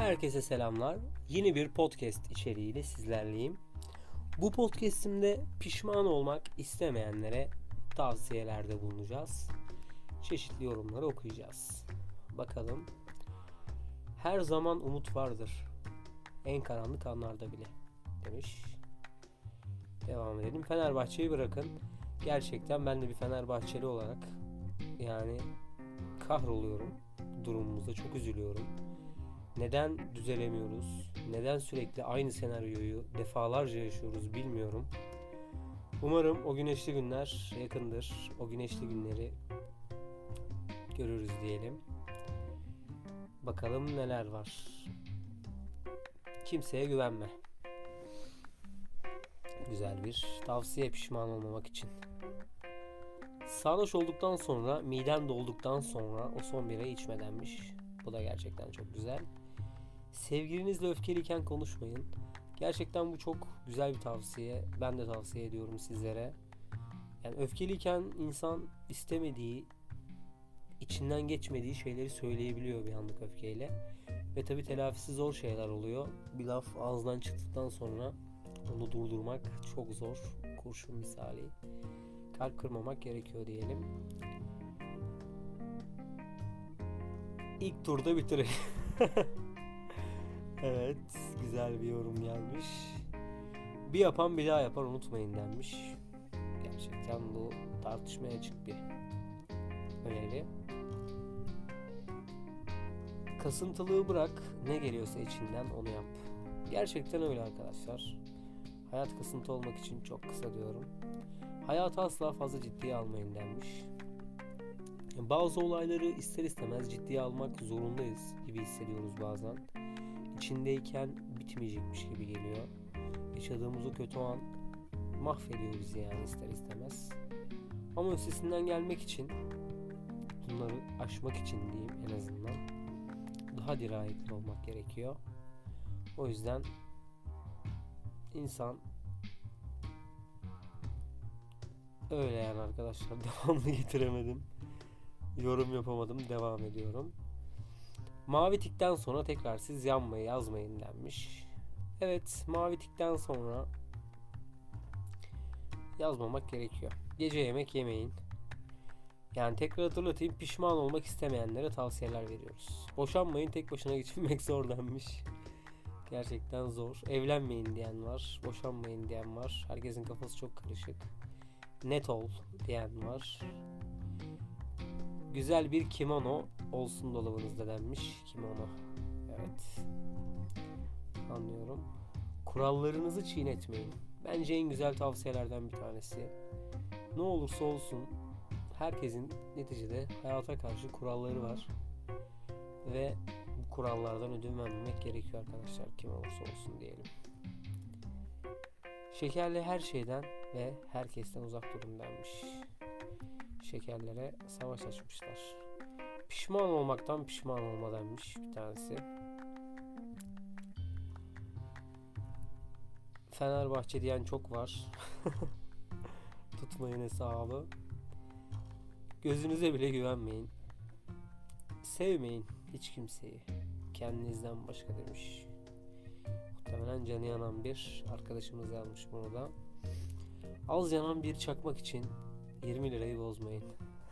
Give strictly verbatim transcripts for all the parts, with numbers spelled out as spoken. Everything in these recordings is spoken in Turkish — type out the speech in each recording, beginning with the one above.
Herkese selamlar. Yeni bir podcast içeriğiyle sizlerleyim. Bu podcastimde pişman olmak istemeyenlere tavsiyelerde bulunacağız. Çeşitli yorumları okuyacağız. Bakalım. Her zaman umut vardır. En karanlık anlarda bile demiş. Devam edelim. Fenerbahçe'yi bırakın. Gerçekten ben de bir Fenerbahçeli olarak yani kahroluyorum. Durumumuzda çok üzülüyorum. Neden düzelemiyoruz? Neden sürekli aynı senaryoyu defalarca yaşıyoruz bilmiyorum. Umarım o güneşli günler yakındır. O güneşli günleri görürüz diyelim. Bakalım neler var. Kimseye güvenme. Güzel bir tavsiye pişman olmamak için. Sarhoş olduktan sonra, miden dolduktan sonra o son birayı içme denmiş. Bu da gerçekten çok güzel. Sevgilinizle öfkeliyken konuşmayın. Gerçekten bu çok güzel bir tavsiye. Ben de tavsiye ediyorum sizlere. Yani öfkeliyken insan istemediği, içinden geçmediği şeyleri söyleyebiliyor bir anlık öfkeyle. Ve tabii telafisi zor şeyler oluyor. Bir laf ağızdan çıktıktan sonra onu durdurmak çok zor. Kurşun misali. Kalp kırmamak gerekiyor diyelim. İlk turda bitirelim. Evet, güzel bir yorum gelmiş. Bir yapan bir daha yapar unutmayın denmiş. Gerçekten bu tartışmaya açık bir öneri. Kasıntılığı bırak, ne geliyorsa içinden onu yap. Gerçekten öyle arkadaşlar. Hayat kasıntı olmak için çok kısa diyorum. Hayatı asla fazla ciddiye almayın denmiş. Bazı olayları ister istemez ciddiye almak zorundayız gibi hissediyoruz bazen. İçindeyken bitmeyecekmiş gibi geliyor. Yaşadığımız o kötü an mahvediyor bizi yani ister istemez. Ama üstesinden gelmek için, bunları aşmak için diyeyim en azından, daha dirayetli olmak gerekiyor. O yüzden insan öyle yani arkadaşlar, devamlı getiremedim. Yorum yapamadım, devam ediyorum. Mavi tikten sonra tekrar siz yanmayı yazmayın denmiş. Evet, mavi tikten sonra yazmamak gerekiyor. Gece yemek yemeyin. Yani tekrar hatırlatayım, pişman olmak istemeyenlere tavsiyeler veriyoruz. Boşanmayın, tek başına geçinmek zor denmiş. Gerçekten zor. Evlenmeyin diyen var, boşanmayın diyen var. Herkesin kafası çok karışık. Net ol diyen var. Güzel bir kimono olsun dolabınızda denmiş. Kimono. Evet. Anlıyorum. Kurallarınızı çiğnetmeyin. Bence en güzel tavsiyelerden bir tanesi. Ne olursa olsun herkesin neticede hayata karşı kuralları var. Ve bu kurallardan ödün vermemek gerekiyor arkadaşlar. Kim olursa olsun diyelim. Şekerli her şeyden ve herkesten uzak durun denmiş. Şekerlere savaş açmışlar. Pişman olmaktan pişman olma denmiş bir tanesi. Fenerbahçe diyen çok var. Tutmayın hesabı. Gözünüze bile güvenmeyin. Sevmeyin hiç kimseyi. Kendinizden başka demiş. Muhtemelen canı yanan bir arkadaşımız yazmış bunu da. Az yanan bir çakmak için yirmi lirayı bozmayın.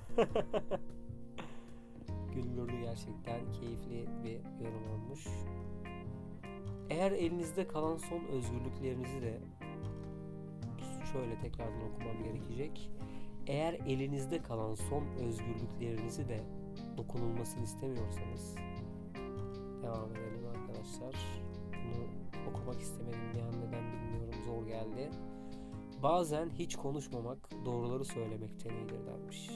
Güldürdü gerçekten. Keyifli bir yorum olmuş. Eğer elinizde kalan son özgürlüklerinizi de şöyle tekrardan okumam gerekecek. Eğer elinizde kalan son özgürlüklerinizi de dokunulmasını istemiyorsanız devam edelim arkadaşlar. Bunu okumak istemedim bir an, neden bilmiyorum, zor geldi. Bazen hiç konuşmamak doğruları söylemekten iyidir denmiş.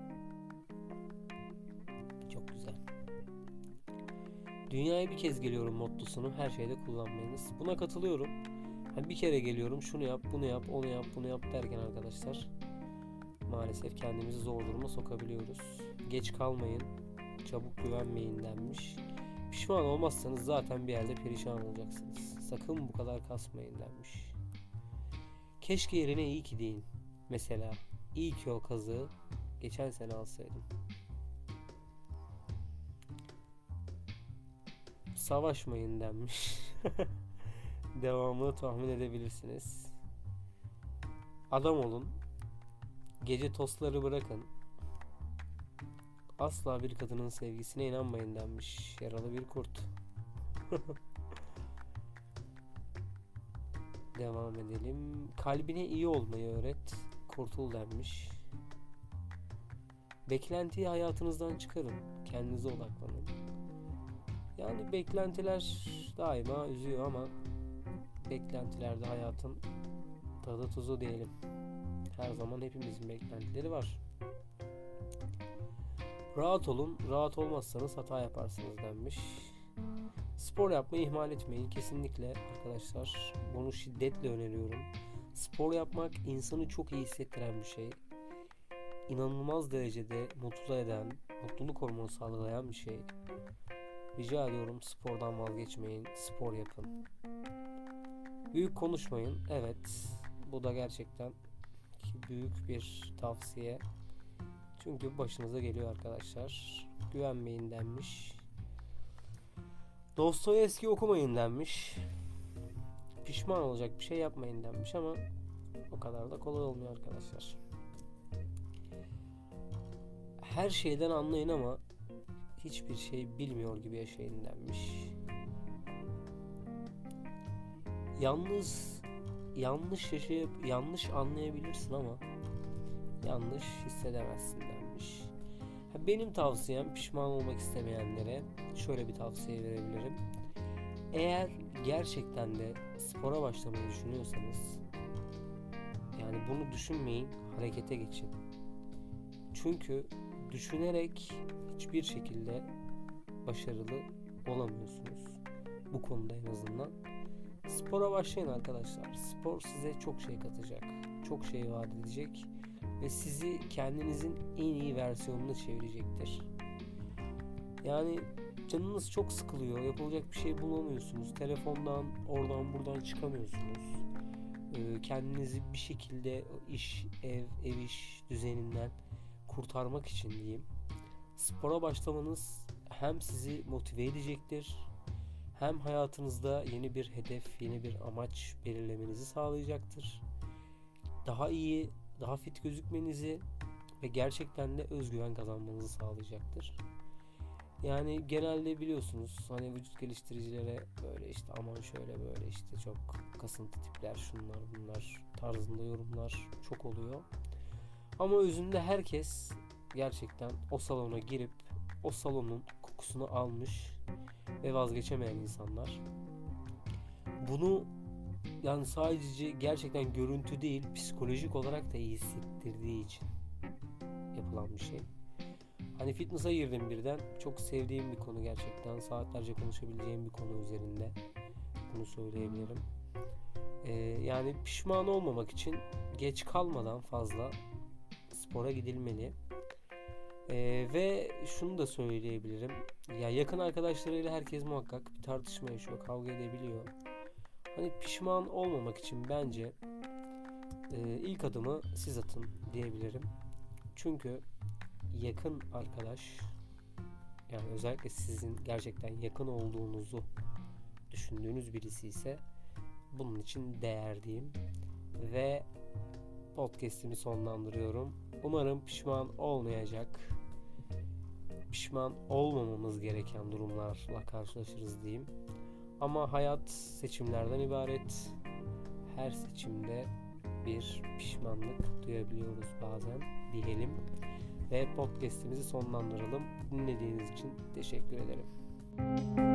Çok güzel. Dünyaya bir kez geliyorum mottosunu her şeyde kullanmayınız. Buna katılıyorum. Yani bir kere geliyorum, şunu yap, bunu yap, onu yap, bunu yap derken arkadaşlar maalesef kendimizi zor duruma sokabiliyoruz. Geç kalmayın, çabuk güvenmeyin denmiş. Pişman olmazsanız zaten bir yerde perişan olacaksınız. Sakın bu kadar kasmayın denmiş. Keşke yerine iyi ki deyin. Mesela iyi ki o kazığı geçen sene alsaydım. savaşmayın denmiş. Devamını tahmin edebilirsiniz. Adam olun. Gece tostları bırakın. Asla bir kadının sevgisine inanmayın denmiş. Yaralı bir kurt. Devam edelim. Kalbine iyi olmayı öğret. Kurtul denmiş. Beklentiyi hayatınızdan çıkarın. Kendinize odaklanın. Yani beklentiler daima üzüyor ama beklentilerde hayatın tadı tuzu diyelim. Her zaman hepimizin beklentileri var. Rahat olun. Rahat olmazsanız hata yaparsınız denmiş. Spor yapmayı ihmal etmeyin. Kesinlikle arkadaşlar. Bunu şiddetle öneriyorum. Spor yapmak insanı çok iyi hissettiren bir şey. İnanılmaz derecede mutlu eden, mutluluk hormonu salgılayan bir şey. Rica ediyorum, spordan vazgeçmeyin. Spor yapın. Büyük konuşmayın. Evet. Bu da gerçekten büyük bir tavsiye. Çünkü başınıza geliyor arkadaşlar. Güvenmeyin denmiş. Dostoyevski okumayın denmiş. Pişman olacak bir şey yapmayın denmiş ama o kadar da kolay olmuyor arkadaşlar. Her şeyden anlayın ama hiçbir şey bilmiyor gibi yaşayın denmiş. Yalnız yanlış yaşayıp yanlış anlayabilirsin ama yanlış hissedemezsin denmiş. Benim tavsiyem pişman olmak istemeyenlere şöyle bir tavsiye verebilirim. Eğer gerçekten de spora başlamayı düşünüyorsanız, yani bunu düşünmeyin, harekete geçin. Çünkü düşünerek hiçbir şekilde başarılı olamıyorsunuz. Bu konuda en azından. Spora başlayın arkadaşlar. Spor size çok şey katacak. Çok şey vaat edecek. Ve sizi kendinizin en iyi versiyonuna çevirecektir. Yani canınız çok sıkılıyor. Yapılacak bir şey bulamıyorsunuz. Telefondan, oradan buradan çıkamıyorsunuz. Ee, kendinizi bir şekilde iş, ev, ev iş düzeninden kurtarmak için diyeyim. Spora başlamanız hem sizi motive edecektir, hem hayatınızda yeni bir hedef, yeni bir amaç belirlemenizi sağlayacaktır. Daha iyi, daha fit gözükmenizi ve gerçekten de özgüven kazanmanızı sağlayacaktır. Yani genelde biliyorsunuz hani vücut geliştiricilere böyle işte aman şöyle böyle işte çok kasıntı tipler, şunlar bunlar tarzında yorumlar çok oluyor. Ama özünde herkes gerçekten o salona girip o salonun kokusunu almış ve vazgeçemeyen insanlar. Bunu yani sadece gerçekten görüntü değil, psikolojik olarak da iyi hissettirdiği için yapılan bir şey. Hani fitness'a girdim birden. Çok sevdiğim bir konu gerçekten. Saatlerce konuşabileceğim bir konu üzerinde. Bunu söyleyebilirim. Ee, yani pişman olmamak için geç kalmadan fazla spora gidilmeli. Ee, ve şunu da söyleyebilirim. Ya yakın arkadaşlarıyla herkes muhakkak bir tartışma yaşıyor, kavga edebiliyor. Hani pişman olmamak için bence e, ilk adımı siz atın diyebilirim. Çünkü yakın arkadaş, yani özellikle sizin gerçekten yakın olduğunuzu düşündüğünüz birisi ise bunun için değer diyeyim. Ve podcast'imi sonlandırıyorum. Umarım pişman olmayacak, pişman olmamamız gereken durumlarla karşılaşırız diyeyim. Ama hayat seçimlerden ibaret. Her seçimde bir pişmanlık duyabiliyoruz bazen diyelim. Ve podcast'imizi sonlandıralım. Dinlediğiniz için teşekkür ederim.